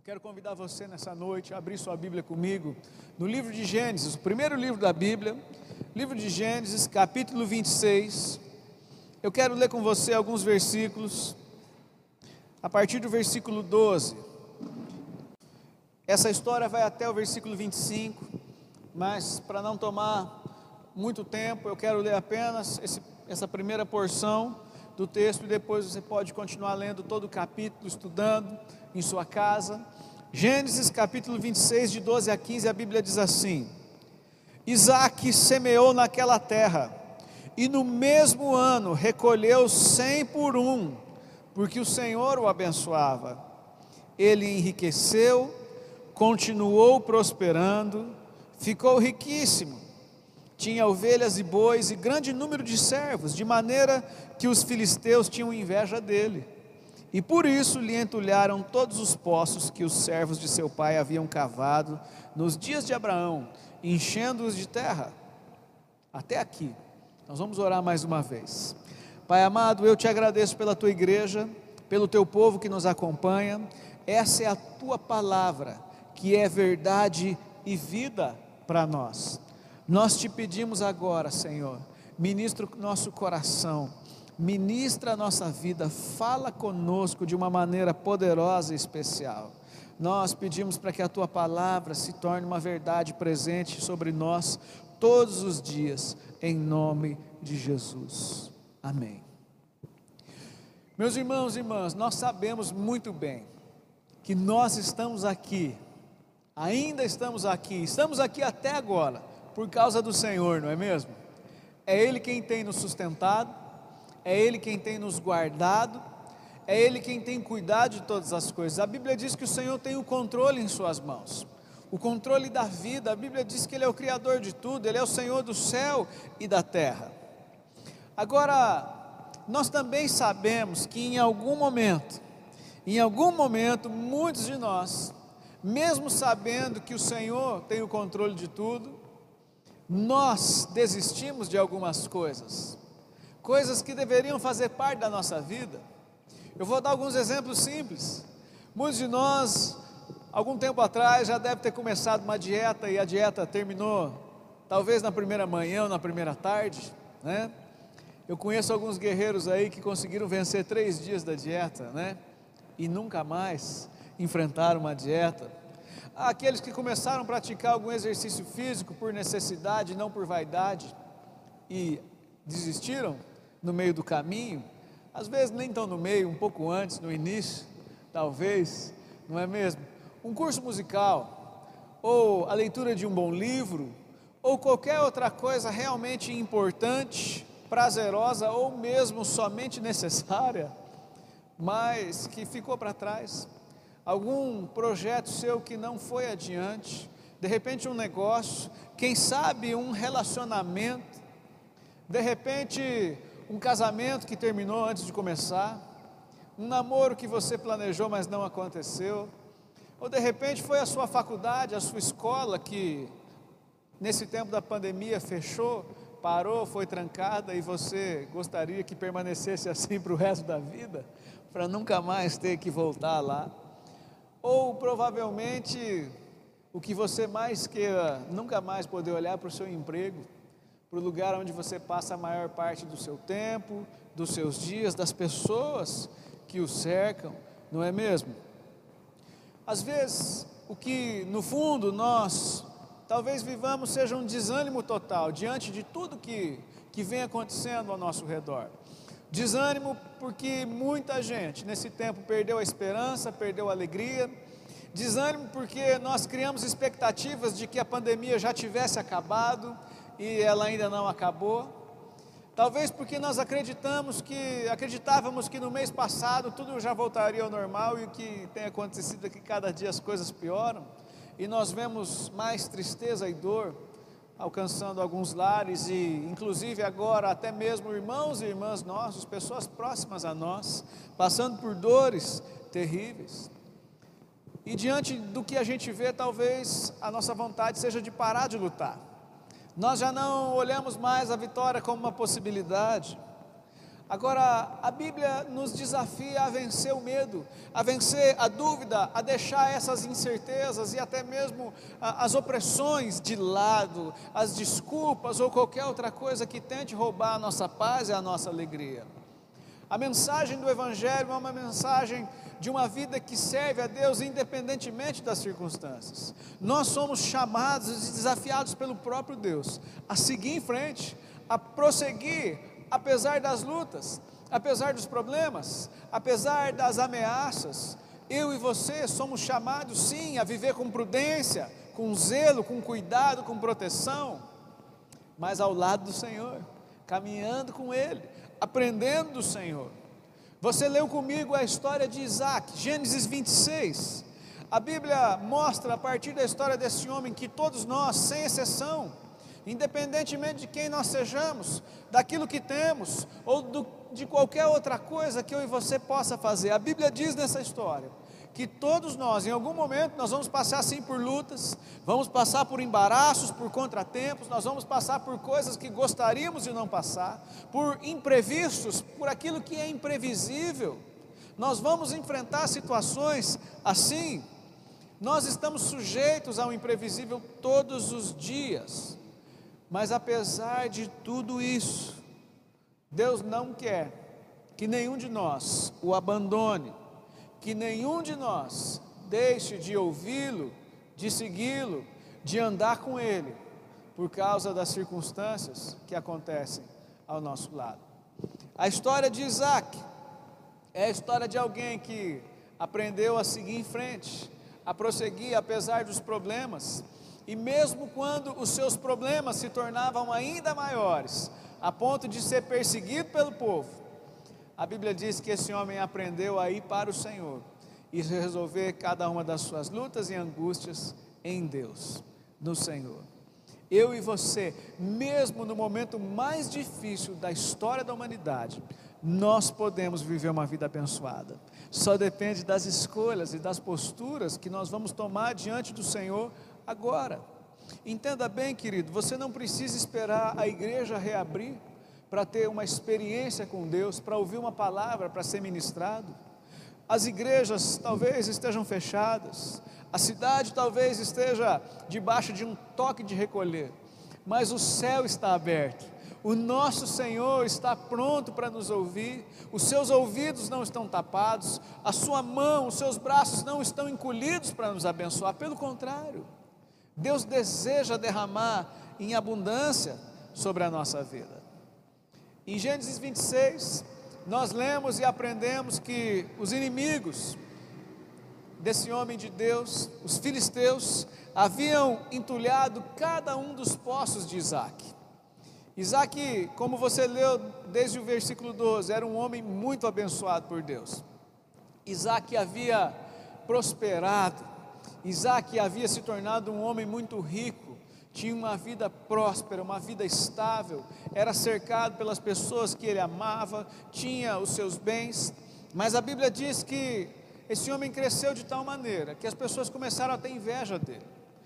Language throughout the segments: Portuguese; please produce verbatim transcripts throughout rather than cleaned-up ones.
quero convidar você nessa noite a abrir sua Bíblia comigo no livro de Gênesis, o primeiro livro da Bíblia, livro de Gênesis, capítulo vinte e seis. Eu quero ler com você alguns versículos, a partir do versículo doze. Essa história vai até o versículo vinte e cinco, mas para não tomar muito tempo, eu quero ler apenas esse, essa primeira porção do texto, e depois você pode continuar lendo todo o capítulo, estudando em sua casa. Gênesis capítulo vinte e seis, de doze a quinze, a Bíblia diz assim: Isaque semeou naquela terra, e no mesmo ano recolheu cem por um, porque o Senhor o abençoava. Ele enriqueceu, continuou prosperando, ficou riquíssimo. Tinha ovelhas e bois e grande número de servos, de maneira que os filisteus tinham inveja dele. E por isso lhe entulharam todos os poços que os servos de seu pai haviam cavado nos dias de Abraão, enchendo-os de terra. Até aqui. Nós vamos orar mais uma vez. Pai amado, eu te agradeço pela tua igreja, pelo teu povo que nos acompanha. Essa é a tua palavra, que é verdade e vida para nós. Nós te pedimos agora, Senhor, ministra o nosso coração, ministra a nossa vida, fala conosco de uma maneira poderosa e especial. Nós pedimos para que a tua palavra se torne uma verdade presente sobre nós todos os dias, em nome de Jesus. Amém. Meus irmãos e irmãs, nós sabemos muito bem que nós estamos aqui, ainda estamos aqui, estamos aqui até agora, por causa do Senhor, não é mesmo? É Ele quem tem nos sustentado, é Ele quem tem nos guardado, é Ele quem tem cuidado de todas as coisas. A Bíblia diz que o Senhor tem o controle em suas mãos, o controle da vida. A Bíblia diz que Ele é o Criador de tudo, Ele é o Senhor do céu e da terra. Agora, nós também sabemos que em algum momento, em algum momento, muitos de nós, mesmo sabendo que o Senhor tem o controle de tudo, nós desistimos de algumas coisas, coisas que deveriam fazer parte da nossa vida. Eu vou dar alguns exemplos simples. Muitos de nós, algum tempo atrás, já deve ter começado uma dieta, e a dieta terminou, talvez na primeira manhã ou na primeira tarde, né? Eu conheço alguns guerreiros aí que conseguiram vencer três dias da dieta, né? E nunca mais enfrentaram uma dieta. Há aqueles que começaram a praticar algum exercício físico por necessidade, não por vaidade, e desistiram no meio do caminho. Às vezes nem tão no meio, um pouco antes, no início, talvez, não é mesmo? Um curso musical, ou a leitura de um bom livro, ou qualquer outra coisa realmente importante, prazerosa, ou mesmo somente necessária, mas que ficou para trás. Algum projeto seu que não foi adiante, de repente um negócio, quem sabe um relacionamento, de repente um casamento que terminou antes de começar, um namoro que você planejou mas não aconteceu, ou de repente foi a sua faculdade, a sua escola que nesse tempo da pandemia fechou, parou, foi trancada, e você gostaria que permanecesse assim para o resto da vida, para nunca mais ter que voltar lá. Ou provavelmente o que você mais queira, nunca mais poder olhar para o seu emprego, para o lugar onde você passa a maior parte do seu tempo, dos seus dias, das pessoas que o cercam, não é mesmo? Às vezes, o que no fundo nós talvez vivamos seja um desânimo total, diante de tudo que, que vem acontecendo ao nosso redor. Desânimo porque muita gente nesse tempo perdeu a esperança, perdeu a alegria. Desânimo porque nós criamos expectativas de que a pandemia já tivesse acabado e ela ainda não acabou. Talvez porque nós acreditamos que, acreditávamos que no mês passado tudo já voltaria ao normal, e o que tem acontecido é que cada dia as coisas pioram, e nós vemos mais tristeza e dor alcançando alguns lares, e inclusive agora até mesmo irmãos e irmãs nossos, pessoas próximas a nós, passando por dores terríveis. E diante do que a gente vê, talvez a nossa vontade seja de parar de lutar. Nós já não olhamos mais a vitória como uma possibilidade. Agora, a Bíblia nos desafia a vencer o medo, a vencer a dúvida, a deixar essas incertezas e até mesmo a, as opressões de lado, as desculpas ou qualquer outra coisa que tente roubar a nossa paz e a nossa alegria. A mensagem do Evangelho é uma mensagem de uma vida que serve a Deus independentemente das circunstâncias. Nós somos chamados e desafiados pelo próprio Deus a seguir em frente, a prosseguir, apesar das lutas, apesar dos problemas, apesar das ameaças. Eu e você somos chamados sim a viver com prudência, com zelo, com cuidado, com proteção, mas ao lado do Senhor, caminhando com Ele, aprendendo do Senhor. Você leu comigo a história de Isaac, Gênesis vinte e seis, a Bíblia mostra a partir da história desse homem que todos nós, sem exceção, independentemente de quem nós sejamos, daquilo que temos, ou do, de qualquer outra coisa que eu e você possa fazer, a Bíblia diz nessa história, que todos nós, em algum momento, nós vamos passar sim por lutas, vamos passar por embaraços, por contratempos, nós vamos passar por coisas que gostaríamos de não passar, por imprevistos, por aquilo que é imprevisível, nós vamos enfrentar situações assim, nós estamos sujeitos ao imprevisível todos os dias, mas apesar de tudo isso, Deus não quer que nenhum de nós o abandone, que nenhum de nós deixe de ouvi-lo, de segui-lo, de andar com Ele, por causa das circunstâncias que acontecem ao nosso lado. A história de Isaac é a história de alguém que aprendeu a seguir em frente, a prosseguir apesar dos problemas, e mesmo quando os seus problemas se tornavam ainda maiores, a ponto de ser perseguido pelo povo, a Bíblia diz que esse homem aprendeu a ir para o Senhor e resolver cada uma das suas lutas e angústias em Deus, no Senhor. Eu e você, mesmo no momento mais difícil da história da humanidade, nós podemos viver uma vida abençoada. Só depende das escolhas e das posturas que nós vamos tomar diante do Senhor agora. Entenda bem, querido, você não precisa esperar a igreja reabrir para ter uma experiência com Deus, para ouvir uma palavra, para ser ministrado. As igrejas talvez estejam fechadas, a cidade talvez esteja debaixo de um toque de recolher, mas o céu está aberto, o nosso Senhor está pronto para nos ouvir, os seus ouvidos não estão tapados, a sua mão, os seus braços não estão encolhidos para nos abençoar, pelo contrário, Deus deseja derramar em abundância sobre a nossa vida. Em Gênesis vinte e seis, nós lemos e aprendemos que os inimigos desse homem de Deus, os filisteus, haviam entulhado cada um dos poços de Isaac. Isaac, como você leu desde o versículo doze, era um homem muito abençoado por Deus. Isaac havia prosperado, Isaac havia se tornado um homem muito rico, tinha uma vida próspera, uma vida estável, era cercado pelas pessoas que ele amava, tinha os seus bens, mas a Bíblia diz que esse homem cresceu de tal maneira, que as pessoas começaram a ter inveja dele,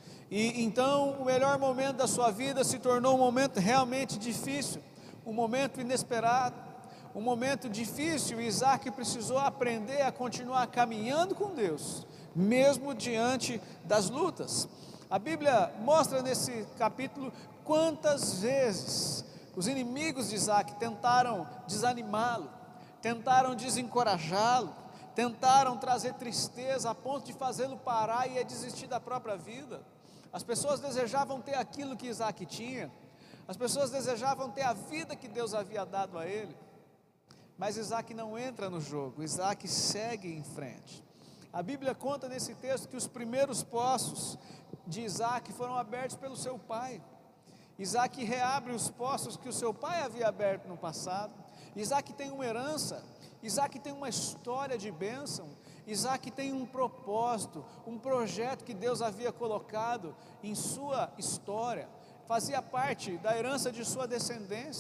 e então o melhor momento da sua vida se tornou um momento realmente difícil, um momento inesperado, um momento difícil, e Isaac precisou aprender a continuar caminhando com Deus, mesmo diante das lutas. A Bíblia mostra nesse capítulo quantas vezes os inimigos de Isaac tentaram desanimá-lo, tentaram desencorajá-lo, tentaram trazer tristeza a ponto de fazê-lo parar e desistir da própria vida. As pessoas desejavam ter aquilo que Isaac tinha, as pessoas desejavam ter a vida que Deus havia dado a ele, mas Isaac não entra no jogo, Isaac segue em frente. A Bíblia conta nesse texto que os primeiros poços de Isaac foram abertos pelo seu pai. Isaac reabre os poços que o seu pai havia aberto no passado. Isaac tem uma herança, Isaac tem uma história de bênção, Isaac tem um propósito, um projeto que Deus havia colocado em sua história, fazia parte da herança de sua descendência.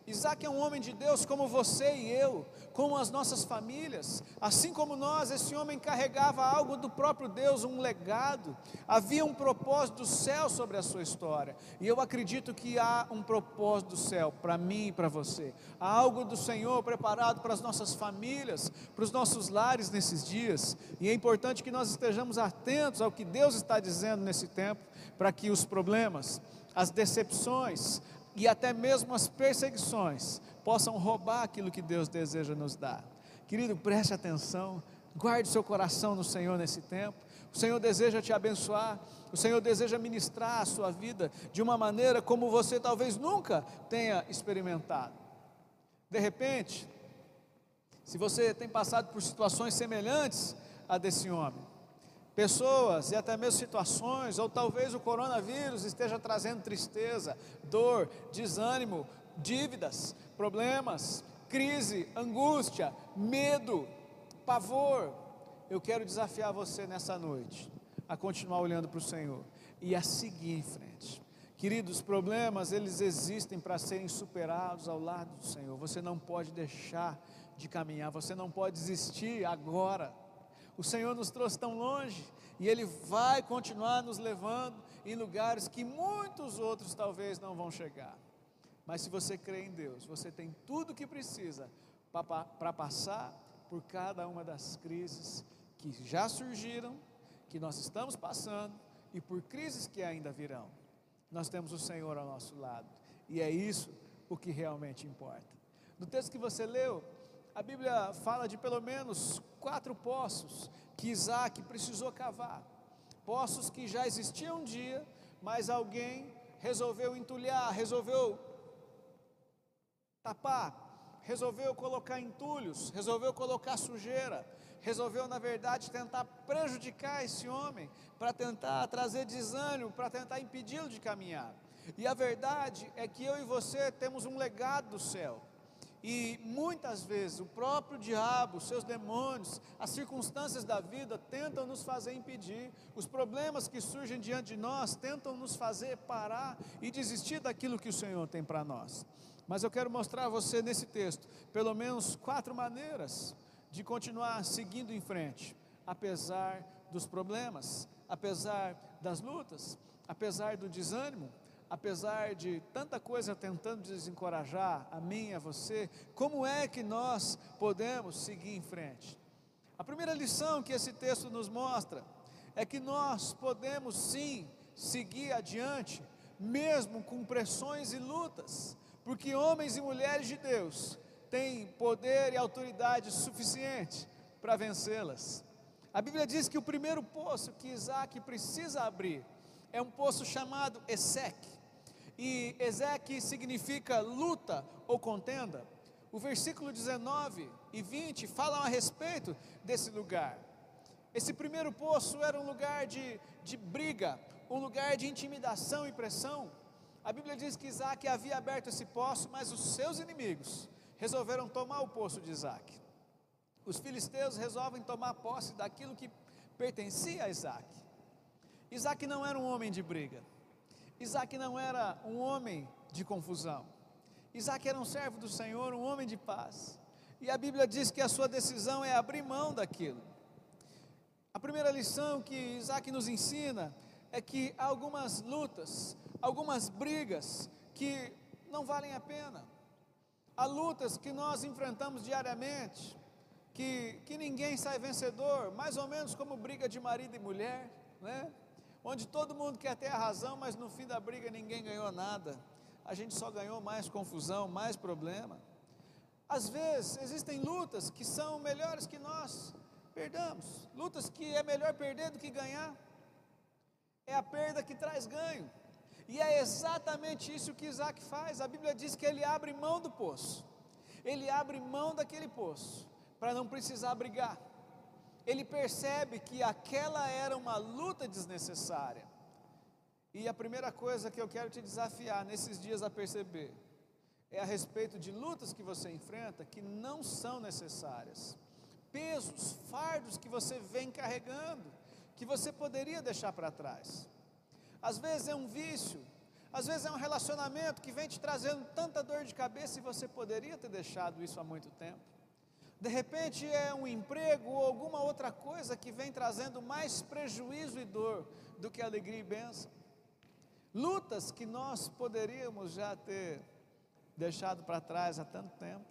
Isaac é um homem de Deus como você e eu, como as nossas famílias. Assim como nós, esse homem carregava algo do próprio Deus, um legado. Havia um propósito do céu sobre a sua história. E eu acredito que há um propósito do céu para mim e para você. Há algo do Senhor preparado para as nossas famílias, para os nossos lares nesses dias. E é importante que nós estejamos atentos ao que Deus está dizendo nesse tempo, para que os problemas, as decepções e até mesmo as perseguições possam roubar aquilo que Deus deseja nos dar. Querido, preste atenção, guarde seu coração no Senhor nesse tempo. O Senhor deseja te abençoar, o Senhor deseja ministrar a sua vida de uma maneira como você talvez nunca tenha experimentado. De repente, se você tem passado por situações semelhantes a desse homem, pessoas e até mesmo situações, ou talvez o coronavírus esteja trazendo tristeza, dor, desânimo, dívidas, problemas, crise, angústia, medo, pavor. Eu quero desafiar você nessa noite a continuar olhando para o Senhor e a seguir em frente. Queridos, problemas, eles existem para serem superados ao lado do Senhor. Você não pode deixar de caminhar, você não pode desistir agora. O Senhor nos trouxe tão longe e Ele vai continuar nos levando em lugares que muitos outros talvez não vão chegar. Mas se você crê em Deus, você tem tudo o que precisa para passar por cada uma das crises que já surgiram, que nós estamos passando e por crises que ainda virão. Nós temos o Senhor ao nosso lado e é isso o que realmente importa. No texto que você leu, a Bíblia fala de pelo menos quatro poços que Isaac precisou cavar. Poços que já existiam um dia, mas alguém resolveu entulhar, resolveu tapar, resolveu colocar entulhos, resolveu colocar sujeira, resolveu na verdade tentar prejudicar esse homem, para tentar trazer desânimo, para tentar impedi-lo de caminhar. E a verdade é que eu e você temos um legado do céu. E muitas vezes o próprio diabo, os seus demônios, as circunstâncias da vida tentam nos fazer impedir. Os problemas que surgem diante de nós tentam nos fazer parar e desistir daquilo que o Senhor tem para nós. Mas eu quero mostrar a você nesse texto, pelo menos quatro maneiras de continuar seguindo em frente, apesar dos problemas, apesar das lutas, apesar do desânimo, apesar de tanta coisa tentando desencorajar a mim e a você. Como é que nós podemos seguir em frente? A primeira lição que esse texto nos mostra é que nós podemos sim seguir adiante, mesmo com pressões e lutas, porque homens e mulheres de Deus têm poder e autoridade suficiente para vencê-las. A Bíblia diz que o primeiro poço que Isaac precisa abrir é um poço chamado Eseque. E Eseque significa luta ou contenda. O versículo dezenove e vinte falam a respeito desse lugar. Esse primeiro poço era um lugar de, de briga, um lugar de intimidação e pressão. A Bíblia diz que Isaac havia aberto esse poço, mas os seus inimigos resolveram tomar o poço de Isaac. Os filisteus resolvem tomar posse daquilo que pertencia a Isaac. Isaac não era um homem de briga. Isaac não era um homem de confusão. Isaac era um servo do Senhor, um homem de paz. E a Bíblia diz que a sua decisão é abrir mão daquilo. A primeira lição que Isaac nos ensina é que há algumas lutas, algumas brigas que não valem a pena. Há lutas que nós enfrentamos diariamente, que, que ninguém sai vencedor, mais ou menos como briga de marido e mulher, né? Onde todo mundo quer ter a razão, mas no fim da briga ninguém ganhou nada. A gente só ganhou mais confusão, mais problema. Às vezes existem lutas que são melhores que nós perdamos, lutas que é melhor perder do que ganhar. É a perda que traz ganho. E é exatamente isso que Isaac faz. A Bíblia diz que ele abre mão do poço. Ele abre mão daquele poço para não precisar brigar. Ele percebe que aquela era uma luta desnecessária. E a primeira coisa que eu quero te desafiar nesses dias a perceber é a respeito de lutas que você enfrenta que não são necessárias. Pesos, fardos que você vem carregando, que você poderia deixar para trás. Às vezes é um vício, Às vezes é um relacionamento que vem te trazendo tanta dor de cabeça e você poderia ter deixado isso há muito tempo. De repente é um emprego ou alguma outra coisa que vem trazendo mais prejuízo e dor do que alegria e bênção. Lutas que nós poderíamos já ter deixado para trás há tanto tempo.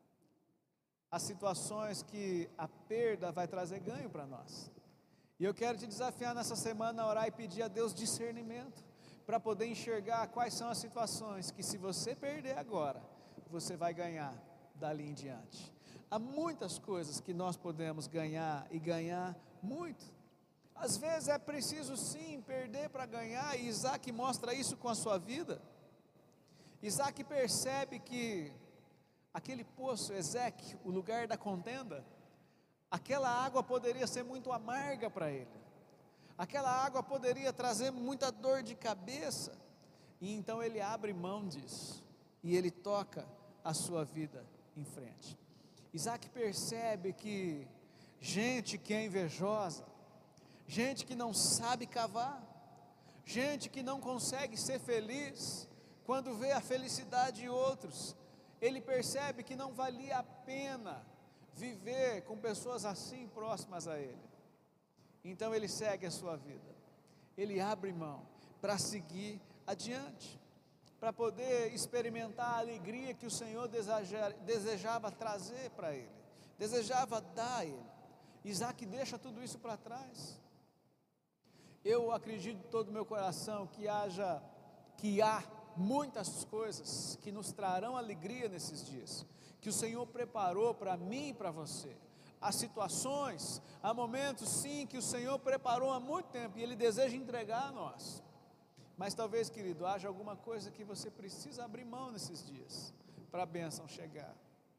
As situações que a perda vai trazer ganho para nós. E eu quero te desafiar nessa semana a orar e pedir a Deus discernimento, para poder enxergar quais são as situações que, se você perder agora, você vai ganhar dali em diante. Há muitas coisas que nós podemos ganhar e ganhar muito. Às vezes é preciso sim perder para ganhar, e Isaac mostra isso com a sua vida. Isaac percebe que aquele poço, Ezeque, o lugar da contenda, aquela água poderia ser muito amarga para ele, aquela água poderia trazer muita dor de cabeça, e então ele abre mão disso, e ele toca a sua vida em frente. Isaac percebe que gente que é invejosa, gente que não sabe cavar, gente que não consegue ser feliz, quando vê a felicidade de outros, ele percebe que não valia a pena viver com pessoas assim próximas a ele. Então ele segue a sua vida, ele abre mão para seguir adiante, para poder experimentar a alegria que o Senhor deseja, desejava trazer para ele, desejava dar a ele. Isaac deixa tudo isso para trás. Eu acredito de todo o meu coração que haja, que há muitas coisas que nos trarão alegria nesses dias, que o Senhor preparou para mim e para você. Há situações, há momentos sim que o Senhor preparou há muito tempo e Ele deseja entregar a nós. Mas talvez, querido, haja alguma coisa que você precisa abrir mão nesses dias, para a bênção chegar.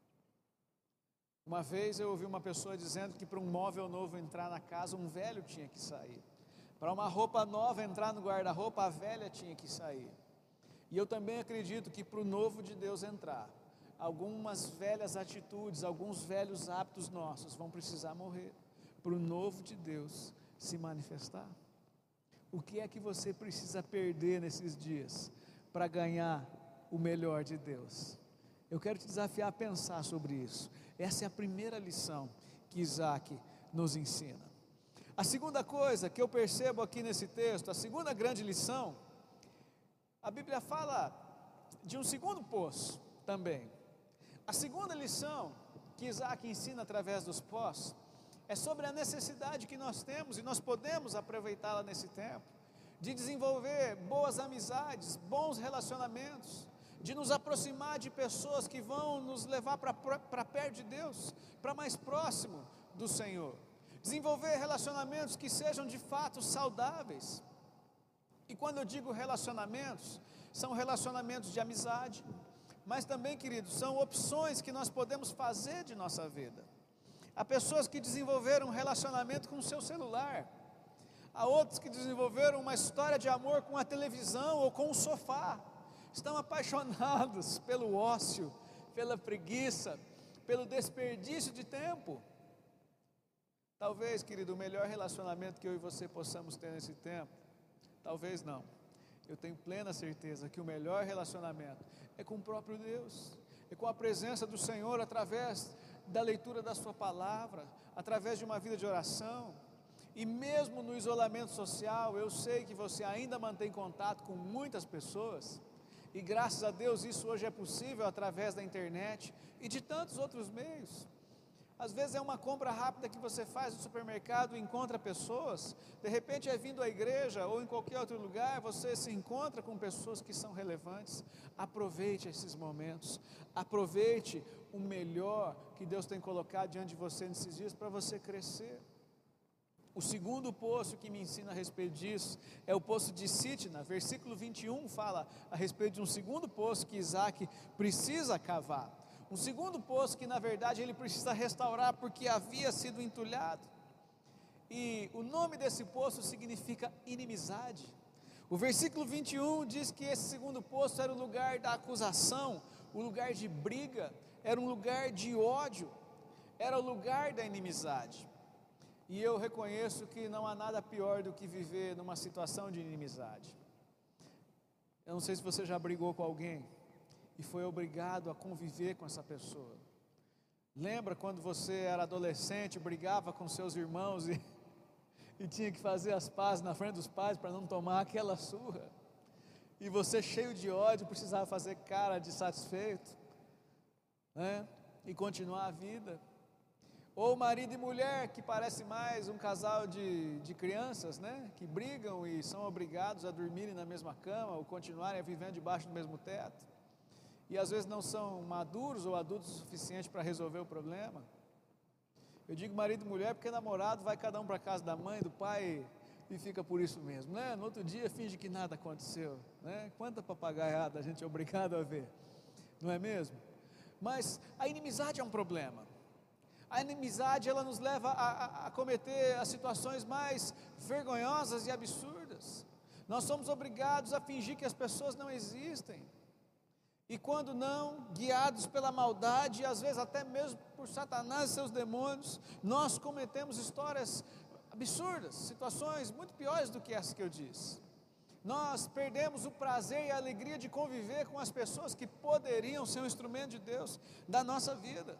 Uma vez eu ouvi uma pessoa dizendo que para um móvel novo entrar na casa, um velho tinha que sair. Para uma roupa nova entrar no guarda-roupa, a velha tinha que sair. E eu também acredito que para o novo de Deus entrar, algumas velhas atitudes, alguns velhos hábitos nossos vão precisar morrer, para o novo de Deus se manifestar. O que é que você precisa perder nesses dias, para ganhar o melhor de Deus? Eu quero te desafiar a pensar sobre isso. Essa é a primeira lição que Isaac nos ensina. A segunda coisa que eu percebo aqui nesse texto, a segunda grande lição, a Bíblia fala de um segundo poço também. A segunda lição que Isaac ensina através dos poços é sobre a necessidade que nós temos, e nós podemos aproveitá-la nesse tempo, de desenvolver boas amizades, bons relacionamentos, de nos aproximar de pessoas que vão nos levar para perto de Deus, para mais próximo do Senhor, desenvolver relacionamentos que sejam de fato saudáveis. E quando eu digo relacionamentos, são relacionamentos de amizade, mas também, queridos, são opções que nós podemos fazer de nossa vida. Há pessoas que desenvolveram um relacionamento com o seu celular, há outros que desenvolveram uma história de amor com a televisão ou com o sofá, estão apaixonados pelo ócio, pela preguiça, pelo desperdício de tempo. Talvez, querido, o melhor relacionamento que eu e você possamos ter nesse tempo, talvez não, eu tenho plena certeza que o melhor relacionamento é com o próprio Deus, é com a presença do Senhor, através da leitura da sua palavra, através de uma vida de oração. E mesmo no isolamento social, eu sei que você ainda mantém contato com muitas pessoas, e graças a Deus isso hoje é possível através da internet e de tantos outros meios. Às vezes é uma compra rápida que você faz no supermercado e encontra pessoas, de repente é vindo à igreja ou em qualquer outro lugar, você se encontra com pessoas que são relevantes. Aproveite esses momentos, aproveite o melhor que Deus tem colocado diante de você nesses dias para você crescer. O segundo poço que me ensina a respeito disso é o poço de Sitna. Versículo vinte e um fala a respeito de um segundo poço que Isaac precisa cavar. Um segundo poço que na verdade ele precisa restaurar porque havia sido entulhado. E o nome desse poço significa inimizade. O versículo vinte e um diz que esse segundo poço era o lugar da acusação, o lugar de briga, era um lugar de ódio, era o lugar da inimizade. E eu reconheço que não há nada pior do que viver numa situação de inimizade. Eu não sei se você já brigou com alguém e foi obrigado a conviver com essa pessoa. Lembra quando você era adolescente, brigava com seus irmãos e, e tinha que fazer as pazes na frente dos pais para não tomar aquela surra? E você, cheio de ódio, precisava fazer cara de satisfeito, né? E continuar a vida. Ou marido e mulher, que parece mais um casal de, de crianças, né? Que brigam e são obrigados a dormirem na mesma cama ou continuarem vivendo debaixo do mesmo teto. E às vezes não são maduros ou adultos o suficiente para resolver o problema. Eu digo marido e mulher porque namorado vai cada um para a casa da mãe, do pai e fica por isso mesmo, né? No outro dia finge que nada aconteceu, né? Quanta papagaiada a gente é obrigado a ver, não é mesmo? Mas a inimizade é um problema. A inimizade, ela nos leva a, a, a cometer as situações mais vergonhosas e absurdas. Nós somos obrigados a fingir que as pessoas não existem. E quando não, guiados pela maldade, e às vezes até mesmo por Satanás e seus demônios, nós cometemos histórias absurdas, situações muito piores do que essa que eu disse. Nós perdemos o prazer e a alegria de conviver com as pessoas que poderiam ser um instrumento de Deus da nossa vida.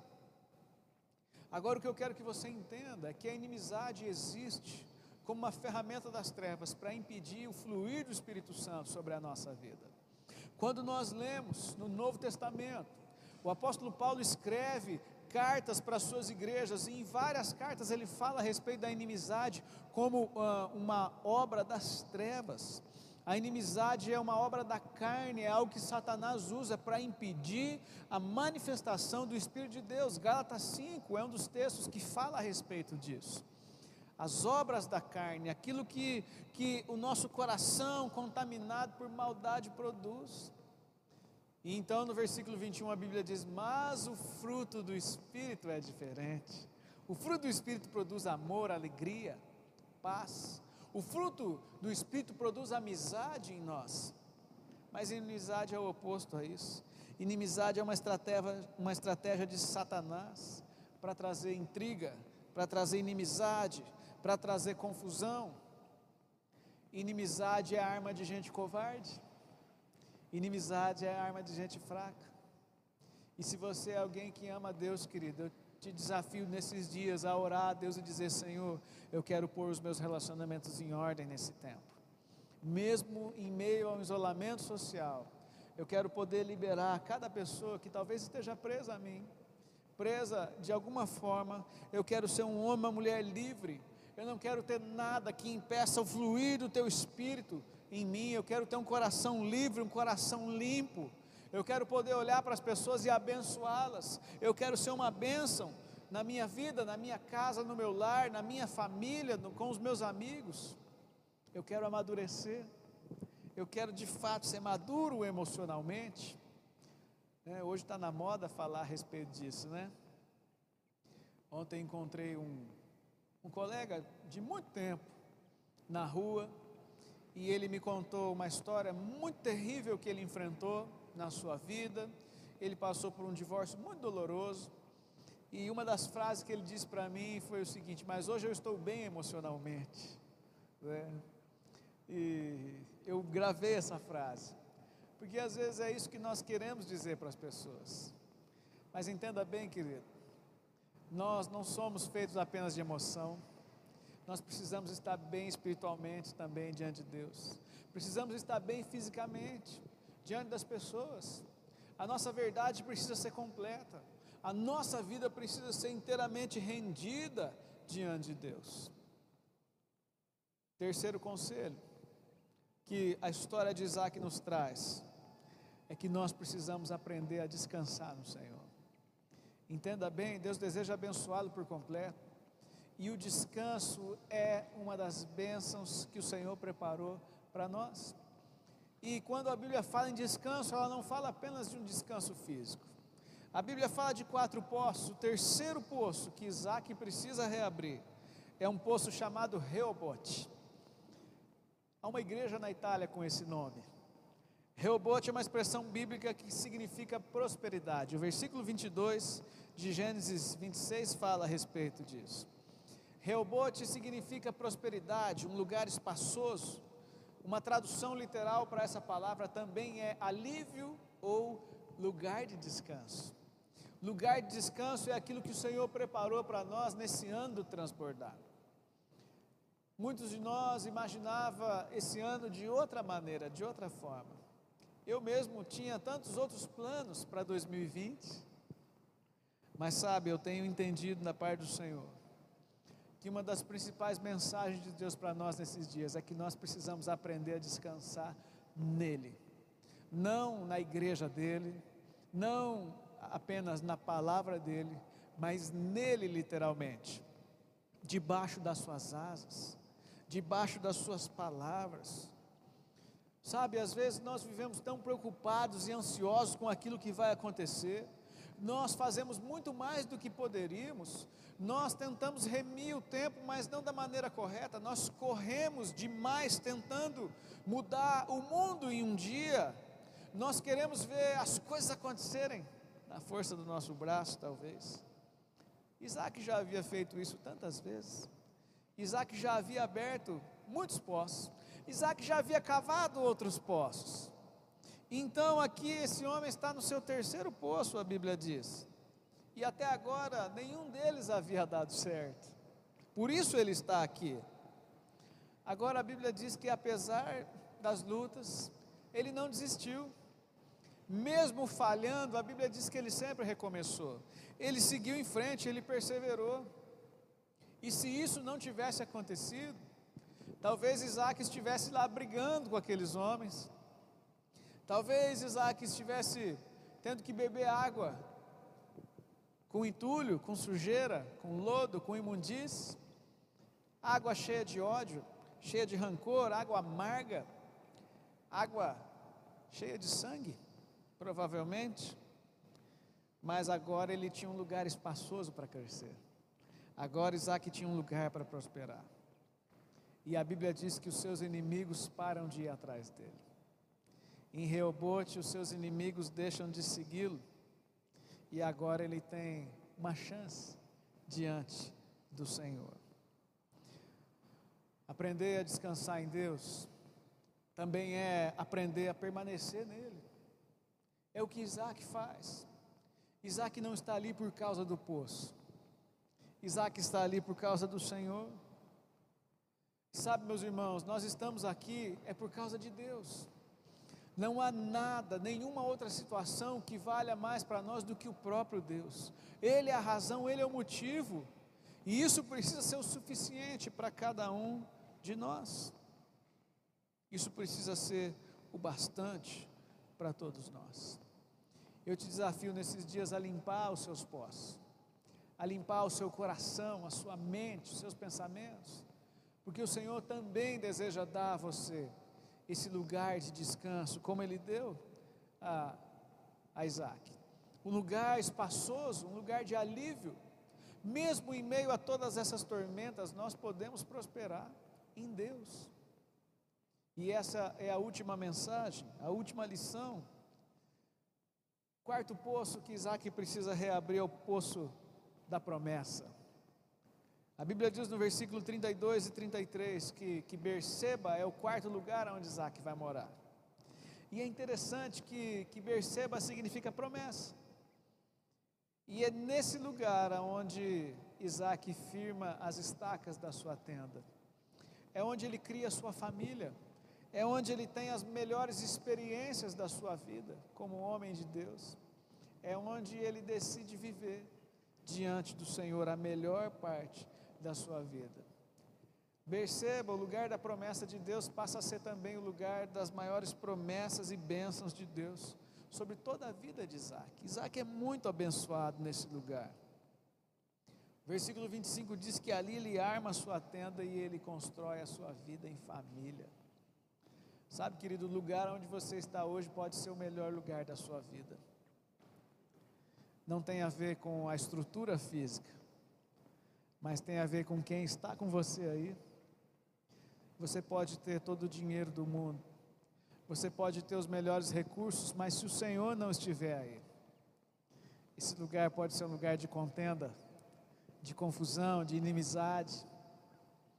Agora o que eu quero que você entenda é que a inimizade existe como uma ferramenta das trevas para impedir o fluir do Espírito Santo sobre a nossa vida. Quando nós lemos no Novo Testamento, o apóstolo Paulo escreve cartas para as suas igrejas, e em várias cartas ele fala a respeito da inimizade como uh, uma obra das trevas. A inimizade é uma obra da carne, é algo que Satanás usa para impedir a manifestação do Espírito de Deus. Gálatas cinco é um dos textos que fala a respeito disso. As obras da carne, aquilo que, que o nosso coração contaminado por maldade produz. E então no versículo vinte e um a Bíblia diz: mas o fruto do Espírito é diferente. O fruto do Espírito produz amor, alegria, paz. O fruto do Espírito produz amizade em nós, mas inimizade é o oposto a isso. Inimizade é uma estratégia, uma estratégia de Satanás para trazer intriga, para trazer inimizade, para trazer confusão. Inimizade é a arma de gente covarde, inimizade é a arma de gente fraca. E se você é alguém que ama a Deus, querido, eu te desafio nesses dias a orar a Deus e dizer: Senhor, eu quero pôr os meus relacionamentos em ordem nesse tempo, mesmo em meio a um isolamento social. Eu quero poder liberar cada pessoa que talvez esteja presa a mim, presa de alguma forma. Eu quero ser um homem, uma mulher livre. Eu não quero ter nada que impeça o fluir do teu Espírito em mim. Eu quero ter um coração livre, um coração limpo. Eu quero poder olhar para as pessoas e abençoá-las. Eu quero ser uma bênção na minha vida, na minha casa, no meu lar, na minha família, no, com os meus amigos. Eu quero amadurecer. Eu quero de fato ser maduro emocionalmente. É, hoje está na moda falar a respeito disso, né? Ontem encontrei um, um colega de muito tempo na rua, e ele me contou uma história muito terrível que ele enfrentou na sua vida. Ele passou por um divórcio muito doloroso, e uma das frases que ele disse para mim foi o seguinte: mas hoje eu estou bem emocionalmente, né? E eu gravei essa frase, porque às vezes é isso que nós queremos dizer para as pessoas. Mas entenda bem, querido, nós não somos feitos apenas de emoção. Nós precisamos estar bem espiritualmente também diante de Deus. Precisamos estar bem fisicamente diante das pessoas. A nossa verdade precisa ser completa. A nossa vida precisa ser inteiramente rendida diante de Deus. Terceiro conselho que a história de Isaac nos traz é que nós precisamos aprender a descansar no Senhor. Entenda bem, Deus deseja abençoá-lo por completo, e o descanso é uma das bênçãos que o Senhor preparou para nós. E quando a Bíblia fala em descanso, ela não fala apenas de um descanso físico. A Bíblia fala de quatro poços. O terceiro poço que Isaac precisa reabrir é um poço chamado Reobote. Há uma igreja na Itália com esse nome. Reobote é uma expressão bíblica que significa prosperidade. O versículo vinte e dois de Gênesis vinte e seis fala a respeito disso. Reobote significa prosperidade, um lugar espaçoso, Uma tradução literal para essa palavra também é alívio ou lugar de descanso. Lugar de descanso é aquilo que o Senhor preparou para nós nesse ano do transbordar. Muitos de nós imaginavam esse ano de outra maneira, de outra forma. Eu mesmo tinha tantos outros planos para dois mil e vinte, mas sabe, eu tenho entendido da parte do Senhor, que uma das principais mensagens de Deus para nós nesses dias é que nós precisamos aprender a descansar nele, não na igreja dele, não apenas na palavra dele, mas nele literalmente, debaixo das suas asas, debaixo das suas palavras. Sabe, às vezes nós vivemos tão preocupados e ansiosos com aquilo que vai acontecer, nós fazemos muito mais do que poderíamos, nós tentamos remir o tempo, mas não da maneira correta, nós corremos demais tentando mudar o mundo em um dia, nós queremos ver as coisas acontecerem na força do nosso braço, talvez. Isaac já havia feito isso tantas vezes, Isaac já havia aberto muitos poços, Isaac já havia cavado outros poços. Então aqui esse homem está no seu terceiro poço, a Bíblia diz, e até agora nenhum deles havia dado certo, por isso ele está aqui. Agora a Bíblia diz que apesar das lutas, ele não desistiu, mesmo falhando, a Bíblia diz que ele sempre recomeçou, ele seguiu em frente, ele perseverou. E se isso não tivesse acontecido, talvez Isaac estivesse lá brigando com aqueles homens, talvez Isaac estivesse tendo que beber água com entulho, com sujeira, com lodo, com imundície, água cheia de ódio, cheia de rancor, água amarga, água cheia de sangue, provavelmente. Mas agora ele tinha um lugar espaçoso para crescer, agora Isaac tinha um lugar para prosperar, e a Bíblia diz que os seus inimigos param de ir atrás dele. Em Reobote, os seus inimigos deixam de segui-lo, e agora ele tem uma chance diante do Senhor. Aprender a descansar em Deus também é aprender a permanecer nele. É o que Isaac faz. Isaac não está ali por causa do poço, Isaac está ali por causa do Senhor. Sabe, meus irmãos, nós estamos aqui é por causa de Deus. Não há nada, nenhuma outra situação que valha mais para nós do que o próprio Deus. Ele é a razão, Ele é o motivo, e isso precisa ser o suficiente para cada um de nós. Isso precisa ser o bastante para todos nós. Eu te desafio nesses dias a limpar os seus poços, a limpar o seu coração, a sua mente, os seus pensamentos, porque o Senhor também deseja dar a você esse lugar de descanso, como Ele deu a, a Isaac, um lugar espaçoso, um lugar de alívio. Mesmo em meio a todas essas tormentas, nós podemos prosperar em Deus. E essa é a última mensagem, a última lição. Quarto poço que Isaac precisa reabrir é o poço da promessa. A Bíblia diz no versículo trinta e dois e trinta e três que, que Berseba é o quarto lugar onde Isaac vai morar. E é interessante que, que Berseba significa promessa. E é nesse lugar onde Isaac firma as estacas da sua tenda. É onde ele cria a sua família. É onde ele tem as melhores experiências da sua vida como homem de Deus. É onde ele decide viver diante do Senhor a melhor parte da sua vida. Berseba, o lugar da promessa de Deus, passa a ser também o lugar das maiores promessas e bênçãos de Deus sobre toda a vida de Isaac. Isaac é muito abençoado nesse lugar. Versículo vinte e cinco diz que ali ele arma a sua tenda e ele constrói a sua vida em família. Sabe, querido, o lugar onde você está hoje pode ser o melhor lugar da sua vida. Não tem a ver com a estrutura física, mas tem a ver com quem está com você aí. Você pode ter todo o dinheiro do mundo, você pode ter os melhores recursos, mas se o Senhor não estiver aí, esse lugar pode ser um lugar de contenda, de confusão, de inimizade.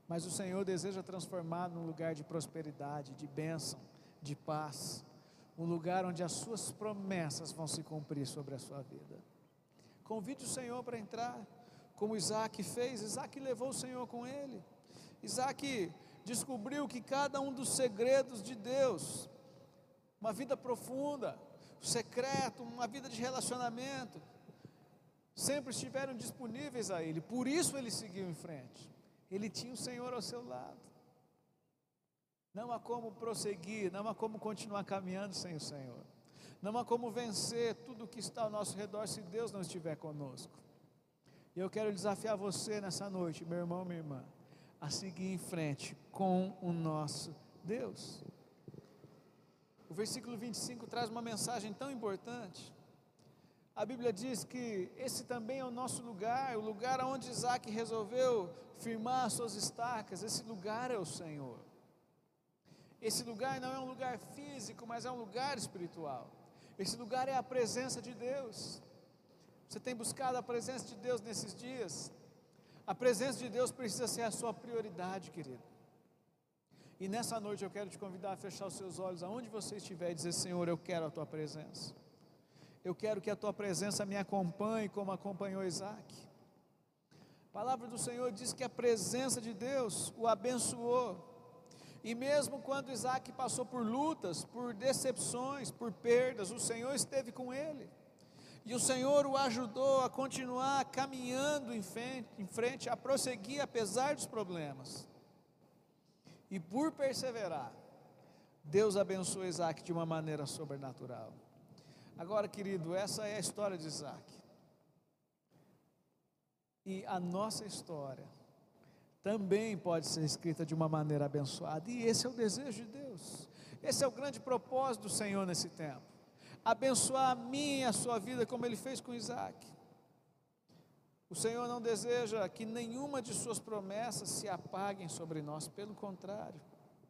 mas o Senhor deseja transformar num lugar de prosperidade, de bênção, de paz, um lugar onde as suas promessas vão se cumprir sobre a sua vida. Convide o Senhor para entrar, como Isaac fez. Isaac levou o Senhor com ele. Isaac descobriu que cada um dos segredos de Deus, uma vida profunda, secreto, uma vida de relacionamento, sempre estiveram disponíveis a ele. Por isso ele seguiu em frente. Ele tinha o Senhor ao seu lado. Não há como prosseguir, não há como continuar caminhando sem o Senhor. Não há como vencer tudo o que está ao nosso redor se Deus não estiver conosco. E eu quero desafiar você nessa noite, meu irmão, minha irmã, a seguir em frente com o nosso Deus. O versículo vinte e cinco traz uma mensagem tão importante. A Bíblia diz que esse também é o nosso lugar, o lugar onde Isaac resolveu firmar suas estacas. Esse lugar é o Senhor. Esse lugar não é um lugar físico, mas é um lugar espiritual. Esse lugar é a presença de Deus. Você tem buscado a presença de Deus nesses dias? A presença de Deus precisa ser a sua prioridade, querido. E nessa noite eu quero te convidar a fechar os seus olhos aonde você estiver e dizer: Senhor, eu quero a tua presença. Eu quero que a tua presença me acompanhe como acompanhou Isaac. A palavra do Senhor diz que a presença de Deus o abençoou. E mesmo quando Isaac passou por lutas, por decepções, por perdas, o Senhor esteve com ele. E o Senhor o ajudou a continuar caminhando em frente, em frente, a prosseguir apesar dos problemas. E por perseverar, Deus abençoou Isaac de uma maneira sobrenatural. Agora, querido, essa é a história de Isaac. E a nossa história também pode ser escrita de uma maneira abençoada. E esse é o desejo de Deus. Esse é o grande propósito do Senhor nesse tempo. Abençoar a mim e a sua vida como Ele fez com Isaac. O Senhor não deseja que nenhuma de suas promessas se apaguem sobre nós, pelo contrário.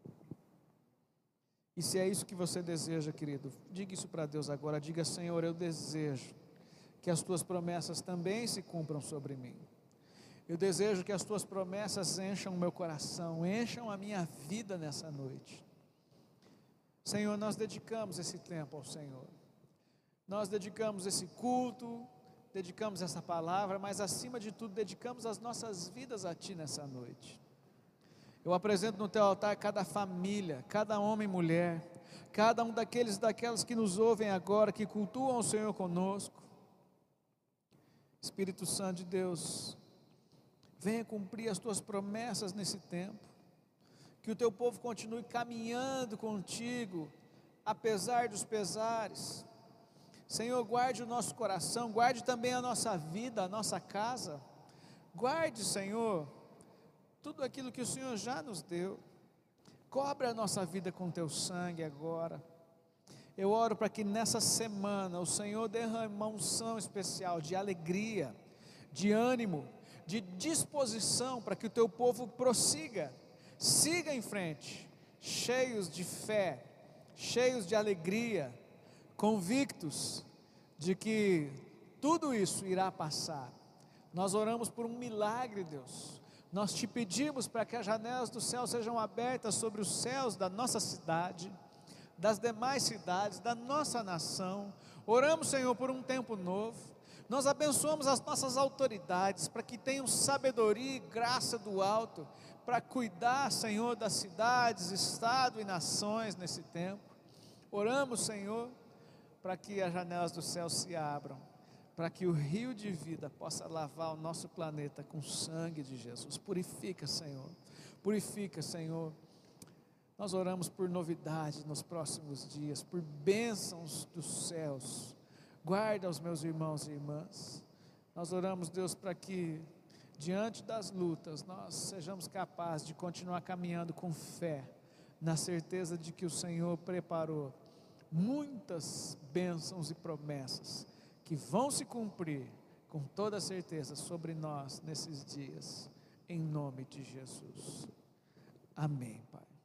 E se é isso que você deseja, querido, diga isso para Deus agora. Diga: Senhor, eu desejo que as tuas promessas também se cumpram sobre mim. Eu desejo que as tuas promessas encham o meu coração, encham a minha vida nessa noite. Senhor, nós dedicamos esse tempo ao Senhor. Nós dedicamos esse culto, dedicamos essa palavra, mas acima de tudo dedicamos as nossas vidas a Ti nessa noite. Eu apresento no Teu altar cada família, cada homem e mulher, cada um daqueles e daquelas que nos ouvem agora, que cultuam o Senhor conosco. Espírito Santo de Deus, venha cumprir as Tuas promessas nesse tempo, que o Teu povo continue caminhando contigo, apesar dos pesares. Senhor, guarde o nosso coração, guarde também a nossa vida, a nossa casa, guarde, Senhor, tudo aquilo que o Senhor já nos deu, cobre a nossa vida com Teu sangue agora. Eu oro para que nessa semana o Senhor derrame uma unção especial de alegria, de ânimo, de disposição para que o Teu povo prossiga, siga em frente, cheios de fé, cheios de alegria, convictos de que tudo isso irá passar. Nós oramos por um milagre, Deus. Nós Te pedimos para que as janelas do céu sejam abertas sobre os céus da nossa cidade, das demais cidades, da nossa nação. Oramos, Senhor, por um tempo novo. Nós abençoamos as nossas autoridades para que tenham sabedoria e graça do alto para cuidar, Senhor, das cidades, estado e nações nesse tempo. Oramos, Senhor, para que as janelas do céu se abram, para que o rio de vida possa lavar o nosso planeta com o sangue de Jesus. Purifica, Senhor, purifica, Senhor. Nós oramos por novidades nos próximos dias, por bênçãos dos céus. Guarda os meus irmãos e irmãs. Nós oramos, Deus, para que diante das lutas nós sejamos capazes de continuar caminhando com fé, na certeza de que o Senhor preparou muitas bênçãos e promessas que vão se cumprir com toda certeza sobre nós nesses dias, em nome de Jesus. Amém, Pai.